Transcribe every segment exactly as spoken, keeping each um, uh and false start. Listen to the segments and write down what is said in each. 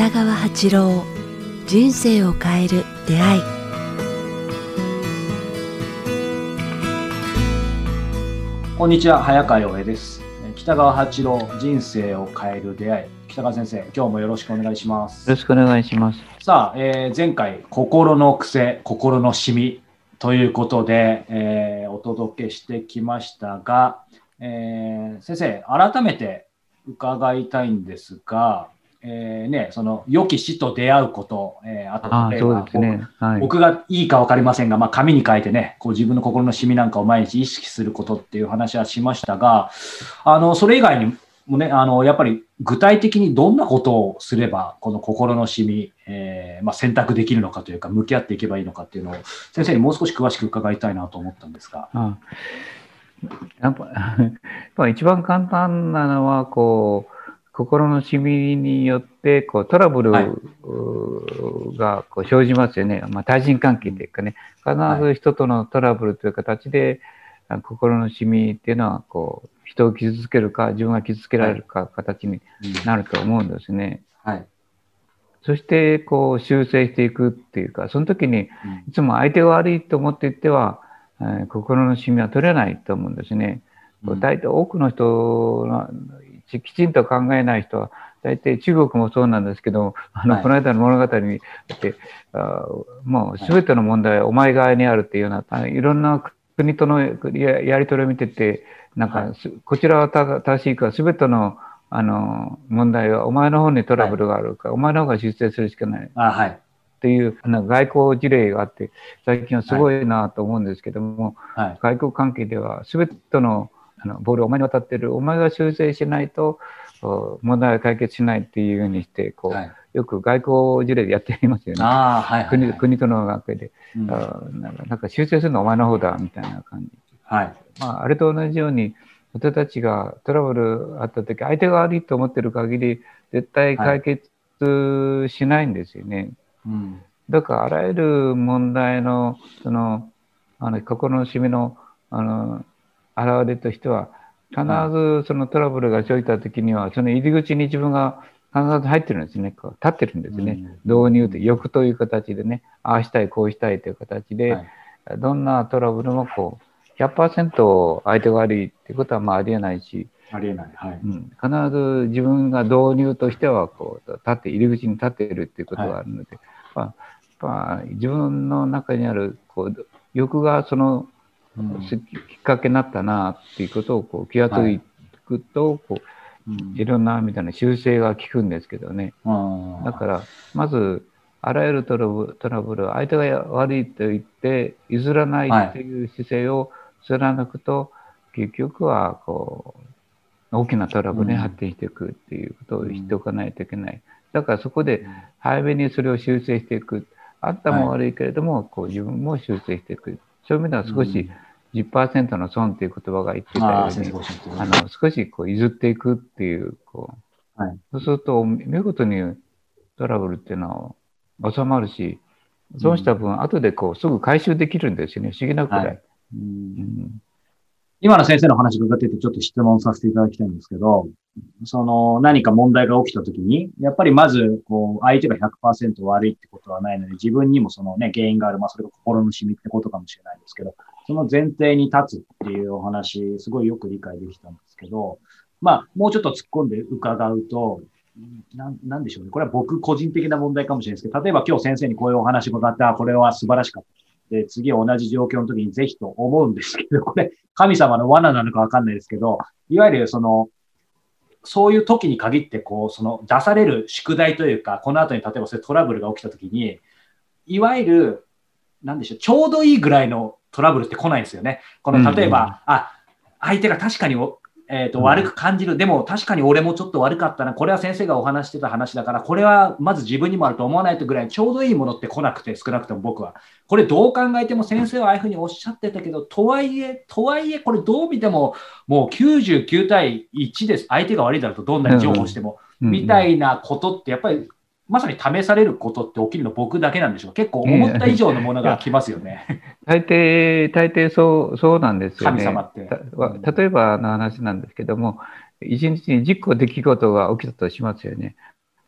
北川八郎、人生を変える出会い。 こんにちは、早川洋平です。北川八郎、人生を変える出会い。北川先生、今日もよろしくお願いします。 よろしくお願いします。 さあ、えー、前回心の癖、心のシミということで、えー、お届けしてきましたが、えー、先生、改めて伺いたいんですが、えーね、その良き死と出会うこと、えー、あと例えば、 ああ、そうですね。はい、 僕がいいか分かりませんが、まあ、紙に書いてね、こう自分の心のシミなんかを毎日意識することっていう話はしましたが、あのそれ以外にもね、あのやっぱり具体的にどんなことをすればこの心のシミ、えーまあ、選択できるのかというか、向き合っていけばいいのかっていうのを先生にもう少し詳しく伺いたいなと思ったんですが。 ああやっぱやっぱ一番簡単なのはこう心のシミによってこうトラブルがこう生じますよね。はい、まあ、対人関係というかね、必ず人とのトラブルという形で、はい、心のシミっていうのはこう人を傷つけるか自分が傷つけられるか形になると思うんですね。はい、はい、そしてこう修正していくっていうか、その時にいつも相手が悪いと思っていては、えー、心のシミは取れないと思うんですね。うん、大体多くの人のきちんと考えない人は大体中国もそうなんですけど、あの、はい、この間の物語にだってあもう全ての問題はお前側にあるっていうような、いろんな国との や, やり取りを見ててなんか、はい、こちらは正しいか全てのあの問題はお前の方にトラブルがあるから、はい、お前の方が修正するしかない。あ、はい、っていう外交事例があって最近はすごいなと思うんですけども、はい、外交関係では全てのあのボールお前に渡ってる、お前が修正しないと問題は解決しないっていうようにしてこう、はい、よく外交事例でやっていますよね。あ、はいはいはい、国, 国との関係で、うん、あなんか、なんか修正するのはお前の方だみたいな感じ、はい、まあ、あれと同じように私たちがトラブルあった時相手が悪いと思ってる限り絶対解決しないんですよね。はい、うん、だからあらゆる問題のそのあの心のシミのあの現れとしては必ずそのトラブルが生じた時にはその入り口に自分が必ず入ってるんですね。こう立ってるんですね。うん、導入と欲という形でね、ああしたいこうしたいという形で、はい、どんなトラブルもこう ひゃくパーセント 相手が悪いっていうことはまあありえないし、ありえない、はい、うん、必ず自分が導入としてはこう立って入り口に立っているっていうことがあるので、はい、まあ、まあ、自分の中にあるこう欲がそのうん、きっかけになったなっていうことをこう気がついくと、はい、こう、うん、いろんなみたいな修正が効くんですけどね。だからまずあらゆるトラブル、トラブル相手が悪いと言って譲らないという姿勢を貫くと、はい、結局はこう大きなトラブルに発展していくっていうことを知っておかないといけない。だからそこで早めにそれを修正していく。あったも悪いけれども、はい、こう自分も修正していく。そういう意味では少し じゅっパーセント の損という言葉が言ってたように、あの少しこう譲っていくっていう、こう、はい、そうすると見事にトラブルっていうのは収まるし、損した分、後でこうすぐ回収できるんですよね。不思議なくらい。はい、うんうん、 今の先生の話を伺っていてちょっと質問させていただきたいんですけど、その何か問題が起きたときに、やっぱりまずこう相手が ひゃくパーセント 悪いってことはないので、自分にもそのね原因がある、まあそれが心のシミってことかもしれないですけど、その前提に立つっていうお話、すごいよく理解できたんですけど、まあもうちょっと突っ込んで伺うと、な、なんでしょうね。これは僕個人的な問題かもしれないですけど、例えば今日先生にこういうお話を伺った、これは素晴らしかった。で、次同じ状況の時にぜひと思うんですけど、これ神様の罠なのかわかんないですけど、いわゆるその、そういう時に限って、こう、その出される宿題というか、この後に例えばそういうトラブルが起きた時に、いわゆる、なんでしょう、ちょうどいいぐらいのトラブルって来ないんですよね。この、例えば、うんうん、あ、相手が確かにえーと、悪く感じる。でも確かに俺もちょっと悪かったな。これは先生がお話してた話だから、これはまず自分にもあると思わないとぐらいちょうどいいものって来なくて、少なくとも僕は。これどう考えても先生はああいうふうにおっしゃってたけど、とはいえ、とはいえ、これどう見てももうきゅうじゅうきゅうたいいちです。相手が悪いだろうと、どんなに情報しても。うんうん、みたいなことってやっぱり、まさに試されることって起きるの僕だけなんでしょう。結構思った以上のものが来ますよね。 大抵、大抵そう、そうなんですよね。 神様って。 例えばの話なんですけども、一日にじゅっこ出来事が起きたとしますよね。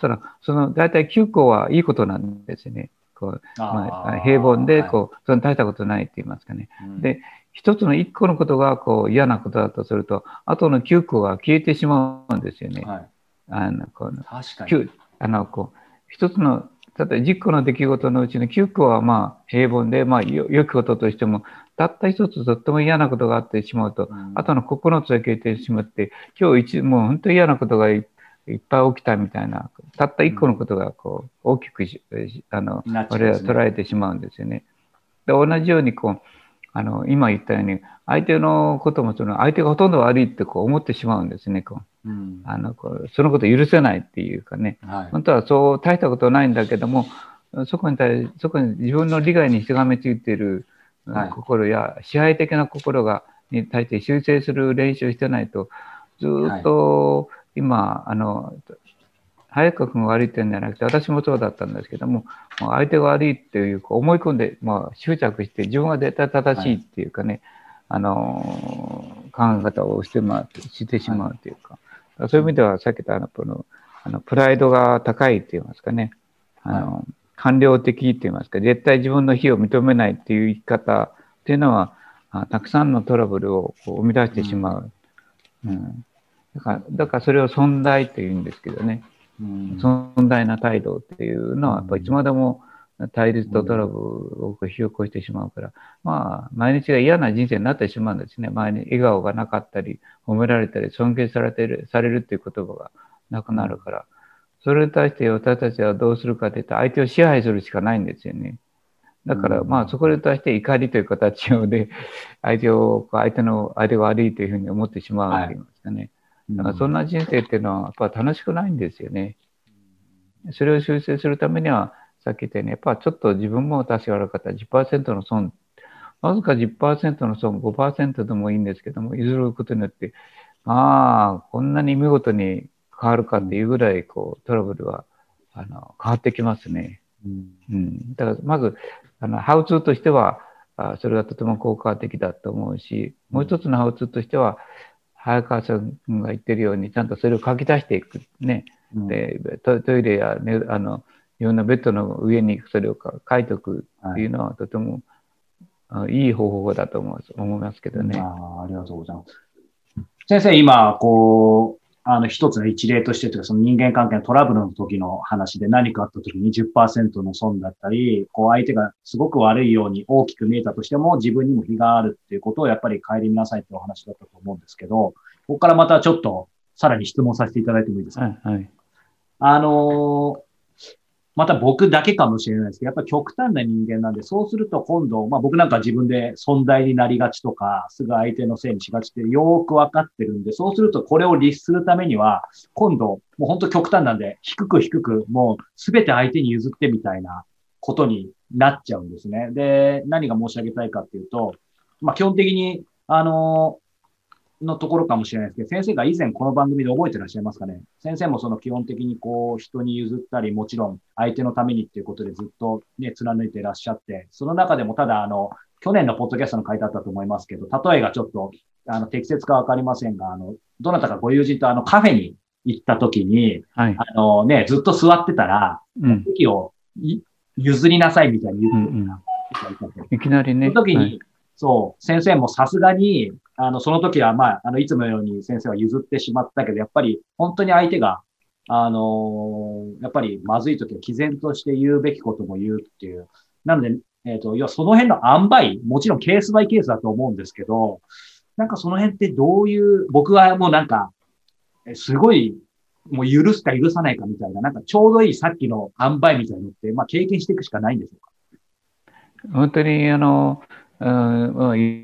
その、その大体きゅうこはいいことなんですよね。こうまあ、平凡でこう、はい、その大したことないって言いますかね。うん、で、一つの一個のことがこう嫌なことだとすると、あとのきゅうこが消えてしまうんですよね。はい、あのこう確かに。 あのこう一つの例えばじゅっこの出来事のうちのきゅうこはまあ平凡で、まあ、よ良きこととしても、たった一つとっても嫌なことがあってしまうと、うん、あとのここのつが消えてしまって、今日一もう本当に嫌なことがいっぱい起きたみたいな、たった一個のことがこう大きくあの、ね、我々は捉えてしまうんですよね。で同じようにこうあの今言ったように、相手のこともその相手がほとんど悪いってこう思ってしまうんですね。こううん、あのこうそのことを許せないっていうかね、はい、本当はそう大したことないんだけども、そこに対そこに自分の利害にしがみついている心や支配的な心がに対して修正する練習をしてないと、ずっと今、はい、あの早川君が悪いって言うんじゃなくて、私もそうだったんですけども、相手が悪いっていう思い込んで、まあ、執着して自分は絶対正しいっていうかね、はい、あの考え方をしてまうしてしまうというか、はい、そういう意味ではさっき言ったあのこのあのプライドが高いって言いますかね、あの、はい、官僚的って言いますか、絶対自分の非を認めないっていう生き方っていうのは、たくさんのトラブルをこう生み出してしまう、うんうん、だから。だからそれを存在って言うんですけどね、うん、存在な態度っていうのはやっぱいつまでも対立とトラブルを引き起こしてしまうから、まあ毎日が嫌な人生になってしまうんですね。前に笑顔がなかったり、褒められたり、尊敬されてるされるっていう言葉がなくなるから、それに対して私たちはどうするかというと、相手を支配するしかないんですよね。だからまあそこに対して怒りという形で相手を相手の相手が悪いというふうに思ってしまうといいますかね。だからそんな人生っていうのはやっぱ楽しくないんですよね。それを修正するためには、さっき言ったように、やっぱちょっと自分も確か悪かった じゅっパーセント の損、わずか じゅっパーセント の損、ごパーセント でもいいんですけども、譲ることによって、ああ、こんなに見事に変わるかっていうぐらい、こう、トラブルはあの変わってきますね。うんうん、だからまず、あのハウツーとしては、あそれがとても効果的だと思うし、もう一つのハウツーとしては、早川さんが言ってるように、ちゃんとそれを書き出していく。ね。で、トイレや、ね、あの、いろんなベッドの上にそれを書いておくっていうのは、とても、はい、いい方法だと思います、思いますけどね。 あ、ありがとうございます。先生、今、こう、あの、一つの一例としてというか、その人間関係のトラブルの時の話で何かあった時に じゅっパーセント の損だったり、こう相手がすごく悪いように大きく見えたとしても自分にも非があるっていうことをやっぱり顧みなさいってお話だったと思うんですけど、ここからまたちょっとさらに質問させていただいてもいいですか？ はい、はい。 あのー、また僕だけかもしれないですけど、やっぱり極端な人間なんで、そうすると今度、まあ僕なんか自分で存在になりがちとか、すぐ相手のせいにしがちってよーくわかってるんで、そうするとこれを律するためには、今度、もう本当極端なんで、低く低く、もうすべて相手に譲ってみたいなことになっちゃうんですね。で、何が申し上げたいかっていうと、まあ基本的に、あのー、のところかもしれないですけど、先生が以前この番組で覚えてらっしゃいますかね。先生もその基本的にこう人に譲ったり、もちろん相手のためにっていうことでずっとね、貫いていらっしゃって、その中でもただあの、去年のポッドキャストの回だったと思いますけど、例えがちょっとあの適切かわかりませんが、あの、どなたかご友人とあのカフェに行った時に、はい、あのね、ずっと座ってたら、うん、席を譲りなさいみたいに言ってた、 うんうん、いきなりね。 その時に、はい、そう、先生もさすがに、あの、その時は、まあ、あの、いつものように先生は譲ってしまったけど、やっぱり、本当に相手が、あのー、やっぱり、まずい時は毅然として言うべきことも言うっていう。なので、えっと、要はその辺の塩梅、もちろんケースバイケースだと思うんですけど、なんかその辺ってどういう、僕はもうなんか、すごい、もう許すか許さないかみたいな、なんかちょうどいいさっきの塩梅みたいなのって、まあ、経験していくしかないんでしょうか。 本当に、あの、うん、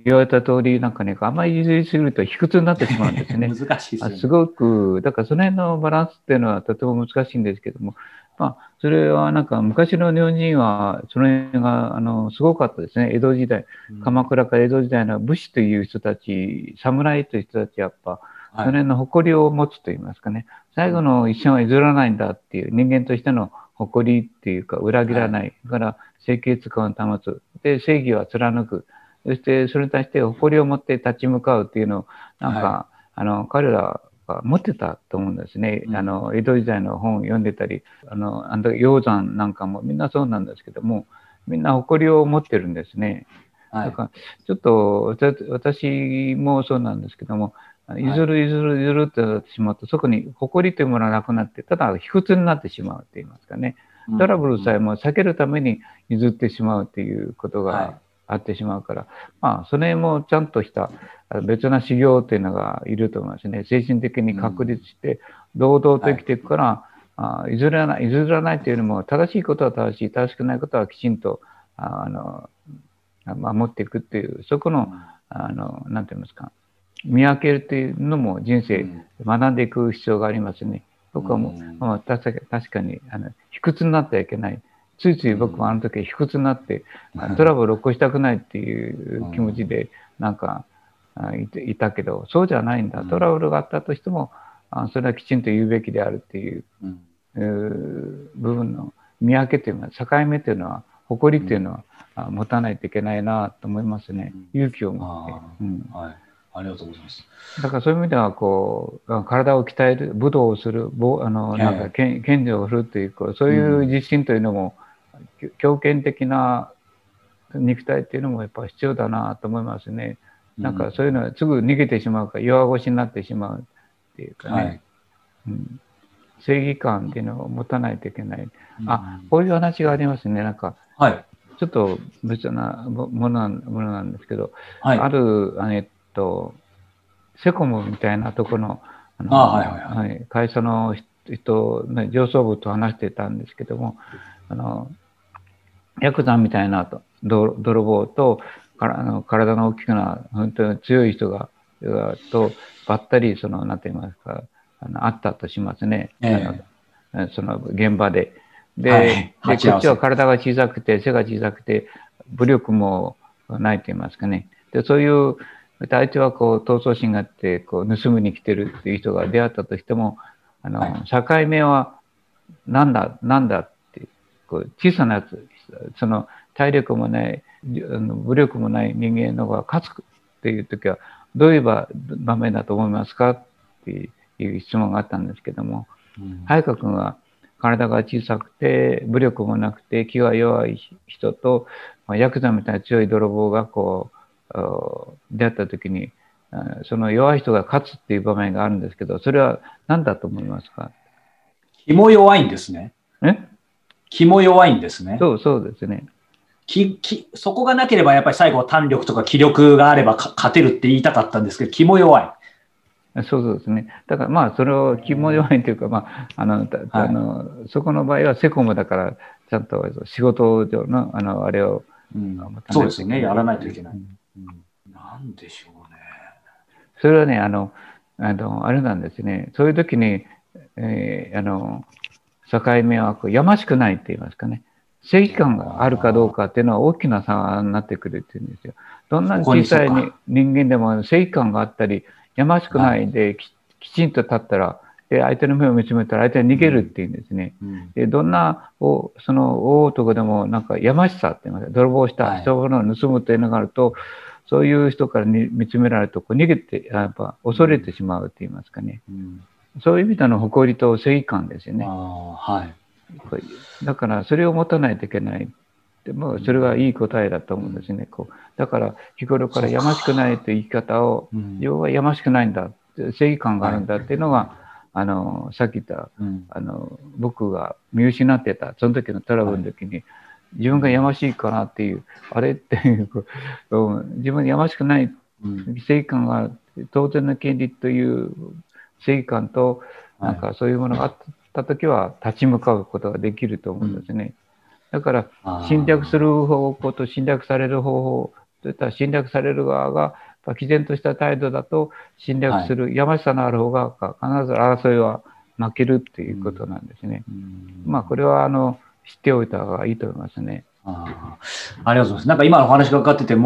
言われた通り、なんかね、あんまり譲りすぎると卑屈になってしまうんですね。 難しいですね。 すごく、だからその辺のバランスっていうのはとても難しいんですけども、まあ、それはなんか昔の日本人は、その辺が、あの、すごかったですね。江戸時代、鎌倉から江戸時代の武士という人たち、侍という人たち、やっぱ、その辺の誇りを持つと言いますかね、最後の一線は譲らないんだっていう人間としての誇りっていうか、裏切らない。だから、清潔感を保つ。で、正義は貫く。そして、それに対して誇りを持って立ち向かうっていうのを、なんか、はい、あの、彼らか持ってたと思うんですね。 うん、 あの江戸時代の本を読んでたり、あのあの鷹山なんかもみんなそうなんですけども、みんな誇りを持ってるんですね。 はい、 だからちょっと私もそうなんですけども、譲る譲る譲るってなってしまうと、そこに誇りというものはなくなって、ただ卑屈になってしまうと言いますかね。トラブルさえも避けるために譲ってしまうということがあってしまうから、はい、まあそれもちゃんとした別な修行というのがいると思いますね。精神的に確立して堂々と生きていくから、はい、あ譲らない譲らないというよりも、正しいことは正しい、正しくないことはきちんとあの守っていくっていう、そこのあのなんて言いますか、見分けるというのも人生学んでいく必要がありますね。僕はもう、まあ、確かに、確かにあの卑屈になってはいけない。ついつい僕もあの時卑屈になって、うん、トラブルを起こしたくないっていう気持ちでなんかいたけど、そうじゃないんだ。トラブルがあったとしても、それはきちんと言うべきであるっていう、うん、部分の見分けというのは、境目というのは、誇りというのは持たないといけないなと思いますね。勇気を持って。うんはい、ありがとうございます。 だからそういう意味ではこう体を鍛える、武道をする、あのなんか剣剣を振るという、そういう自信というのも、うん、強権的な肉体っていうのもやっぱ必要だなと思いますね。なんかそういうのはすぐ逃げてしまうから弱腰になってしまうっていうかね、はい、うん、正義感っていうのを持たないといけない。うん、あ、こういう話がありますね。なんか、はい、ちょっと別なものなんものなんですけど、はい、あるえっとセコムみたいなところの、あの、あ、はいはいはい、会社の人、ね、上層部と話してたんですけども、あのヤクザみたいなと泥棒とからあの体の大きくな本当に強い人がとばったりそのなんて言いますか、あのあったとしますね、えー、あのその現場で。で、はい、でこっちは体が小さくて背が小さくて武力もないと言いますかね。でそういう相手はこう闘争心があってこう盗みに来てるっていう人が出会ったとしても、あの、はい、境目は何だ何だってこう小さなやつ、その体力もない武力もない人間の方が勝つっていう時はどういう場面だと思いますかっていう質問があったんですけども、うん、早川君は体が小さくて武力もなくて気が弱い人と、まあ、ヤクザみたいな強い泥棒がこう出会った時にその弱い人が勝つっていう場面があるんですけど、それは何だと思いますか？ 気も弱いんですね。 え？ 気も弱いんですね。 そうそうですね。 気気そこがなければやっぱり最後は胆力とか気力があれば勝てるって言いたかったんですけど、気も弱い。 そうそうですね。だからまあそれを気も弱いというか、まああの、はい、あのそこの場合はセコムだからちゃんと仕事上のあのあれを、 うん、そうですよね。やらないといけない。うんうん、なんでしょうね。 それはね、あのあのあれなんですね。そういう時に、えー、あの境目はこうやましくないって言いますかね。正義感があるかどうかっていうのは大きな差になってくるっていうんですよ。どんなに小さいに人間でも正義感があったりやましくないで き, きちんと立ったらで相手の目を見つめたら相手は逃げるっていうんですね。うんうん、でどんなおその大男でもなんかやましさって言いますか、泥棒した人のを盗むというのがあると、はい、そういう人からに見つめられるとこう逃げてやっぱ恐れてしまうって言いますかね。うん、そういう意味での誇りと正義感ですよね。 あ、はい、 だからそれを持たないといけない。でもそれはいい答えだと思うんですね。こうだから日頃からやましくないという生き方を、うん、要はやましくないんだ、正義感があるんだっていうのが、はい、あのさっき言った、うん、あの僕が見失ってたその時のトラブルの時に、はい、自分がやましいかなっていうあれっていう自分にやましくない正義感が当然の権利という正義感となんかそういうものがあった時は立ち向かうことができると思うんですね。うん、だから侵略する方向と侵略される方法といったら侵略される側が毅然とした態度だと侵略する、はい、やましさのある方が必ず争いは負けるっていうことなんですね。うん、まあこれはあの知っておいた方がいいと思いますね。 あ, ありがとうございます。なんか今のお話がかかってても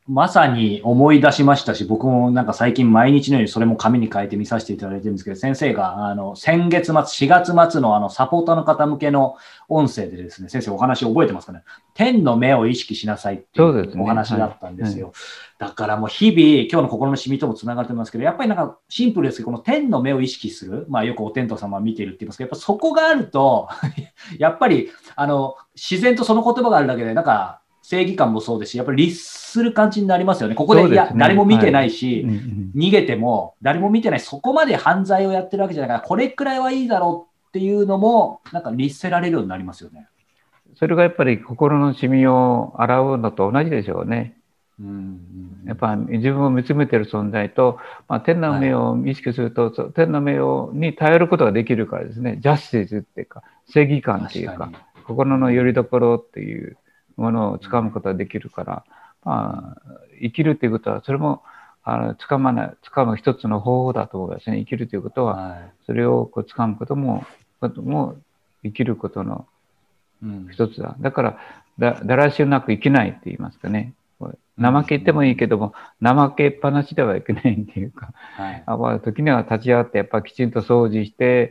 まさに思い出しましたし、僕もなんか最近毎日のようにそれも紙に書いて見させていただいてるんですけど、先生があの先月末、しがつ末のあのサポーターの方向けの音声でですね、先生お話覚えてますかね。天の目を意識しなさいっていうお話だったんですよ。だからもう日々、今日の心のしみともつながってますけど、やっぱりなんかシンプルですけど、この天の目を意識する、まあよくお天道様を見ているって言いますけど、やっぱそこがあると、やっぱりあの自然とその言葉があるだけで、なんか、正義感もそうですし、やっぱり律する感じになりますよね。ここで、いや、誰も見てないし、逃げても誰も見てない、そこまで犯罪をやってるわけじゃないから、これくらいはいいだろうっていうのも、なんか律せられるようになりますよね。 それがやっぱり心のシミを洗うのと同じでしょうね。 うんうんうん、 やっぱ自分を見つめてる存在と、まあ、天の目を意識すると、はい、天の目をに頼ることができるからですね。ジャスティスっていうか、正義感っていうか、か心の拠り所っていうものをつかむことができるから、まあ、生きるっていうことは、それも、あの、つかまない、つかむ一つの方法だと思いますね。生きるということは、はい、それをこうつかむことも、ことも生きることの一つだ。だから、だ、だらしなく生きないって言いますかね。怠けてもいいけども、怠けっぱなしではいけないっていうか、はい、あまあ、時には立ち上がって、やっぱきちんと掃除して、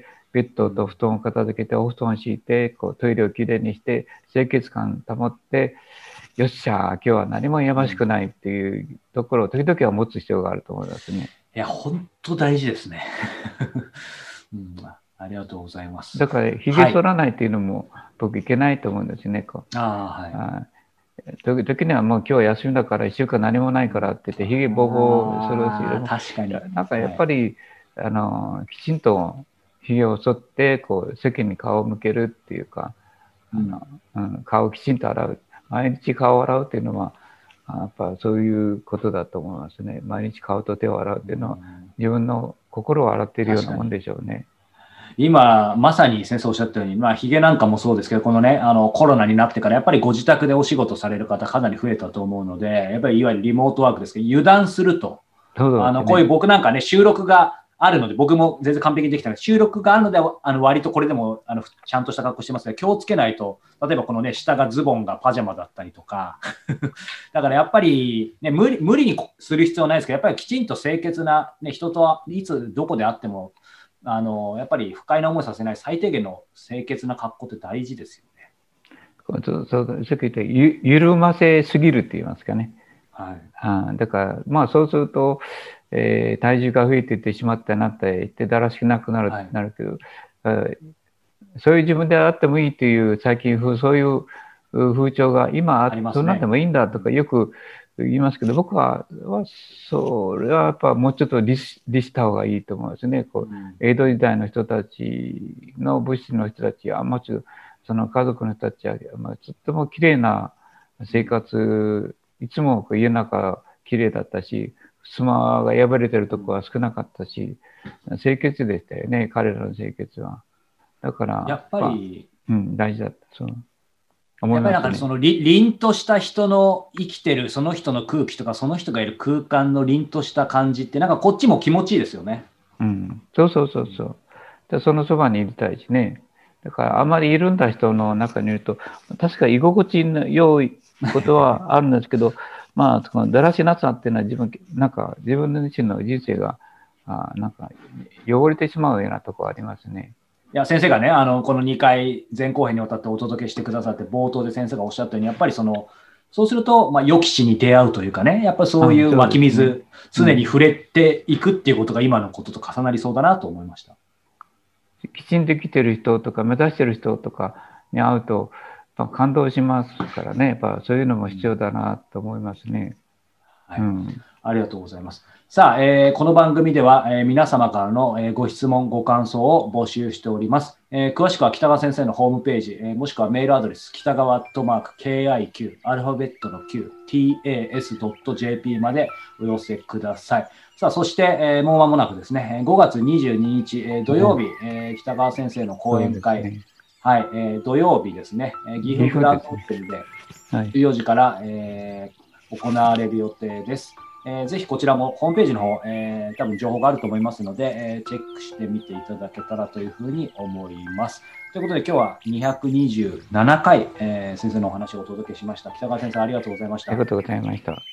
ベッドと布団を片付けて、お布団を敷いて、こうトイレをきれいにして、清潔感保って、よっしゃ、今日は何もやましくないっていうところを時々は持つ必要があると思いますね。 いや、本当大事ですね。うん、ありがとうございます。 だから、ひげ剃らないっていうのも、はい、僕いけないと思うんですね。こうああ、はい。 時時にはもう今日休みだから一週間何もないからって言ってひげぼうぼうするし、 確かに。 なんかやっぱり、はい、あのきちんとひげを剃ってこう世間に顔を向けるっていうか、うん、あのうん、顔をきちんと洗う、毎日顔を洗うっていうのはやっぱそういうことだと思いますね。毎日顔と手を洗うっていうのは、うん、自分の心を洗っているようなもんでしょうね。 今、まさに先生おっしゃったように、まあ、ヒゲなんかもそうですけど、このね、あの、コロナになってから、やっぱりご自宅でお仕事される方かなり増えたと思うので、やっぱりいわゆるリモートワークですけど、油断すると。 そうそうね、 あの、こういう僕なんかね、収録があるので、僕も全然完璧にできたので、収録があるので、あの、割とこれでも、あの、ちゃんとした格好してますので、気をつけないと、例えばこのね、下がズボンがパジャマだったりとか、だからやっぱり、ね、無理、無理にする必要ないですけど、やっぱりきちんと清潔な、ね、人とはいつどこであっても、あのやっぱり不快な思いさせない最低限の清潔な格好って大事ですよね。 そうそう、さっき言ったゆ緩ませすぎるって言いますかね。 はい。 あだからまあそうすると、えー、体重が増えていってしまってなっていってだらしくなくなる、はい、なるけど、そういう自分であってもいいという最近そういう風潮が今あ、ね、そうなってもいいんだとかよく言いますけど、僕はそれはやっぱもうちょっと律した方がいいと思うんですね。こう、うん、江戸時代の人たちの武士の人たちはもちろんその家族の人たちは、まあ、とっても綺麗な生活、いつも家の中綺麗だったし、襖が破れてるとこは少なかったし、清潔でしたよね、彼らの清潔は。だからやっぱり、 うん、大事だった。そうやっぱりなんかその凛とした人の生きてるその人の空気とかその人がいる空間の凛とした感じってなんかこっちも気持ちいいですよね。 うん、そうそうそうそう。でそのそばにいるたいしね。だからあまりいるんだ人の中にいると確か居心地の良いことはあるんですけど、まあそのだらしなさっていうのは自分なんか自分自身の人生があなんか汚れてしまうようなところありますね。 いや先生がね、あのこのにかい前後編にわたってお届けしてくださって、冒頭で先生がおっしゃったように、やっぱりそのそうすると、まあ、予期しに出会うというかね、やっぱりそういう湧き水、ね、常に触れていくっていうことが今のことと重なりそうだなと思いました。 きちんと生きてる人とか、目指してる人とかに会うと、感動しますからね、やっぱそういうのも必要だなと思いますね。 はい、うん、ありがとうございます。さあ、えー、この番組では、えー、皆様からの、えー、ご質問、ご感想を募集しております。えー、詳しくは北川先生のホームページ、えー、もしくはメールアドレス、北川アットマーク ケーアイキュー、アルファベットの Q、ティーエーエスドットジェーピー までお寄せください。さあ、そして、えー、もう間もなくですね、ごがつにじゅうににち、えー、土曜日、えー、北川先生の講演会、ね、はい、えー、土曜日ですね、えー、岐阜フラッグホテルでじゅうよじから、えー、行われる予定です。えー、ぜひこちらもホームページの方、えー、多分情報があると思いますので、えー、チェックしてみていただけたらというふうに思います。ということで今日はにひゃくにじゅうななかい、えー、先生のお話をお届けしました。北川先生ありがとうございました。 ありがとうございました。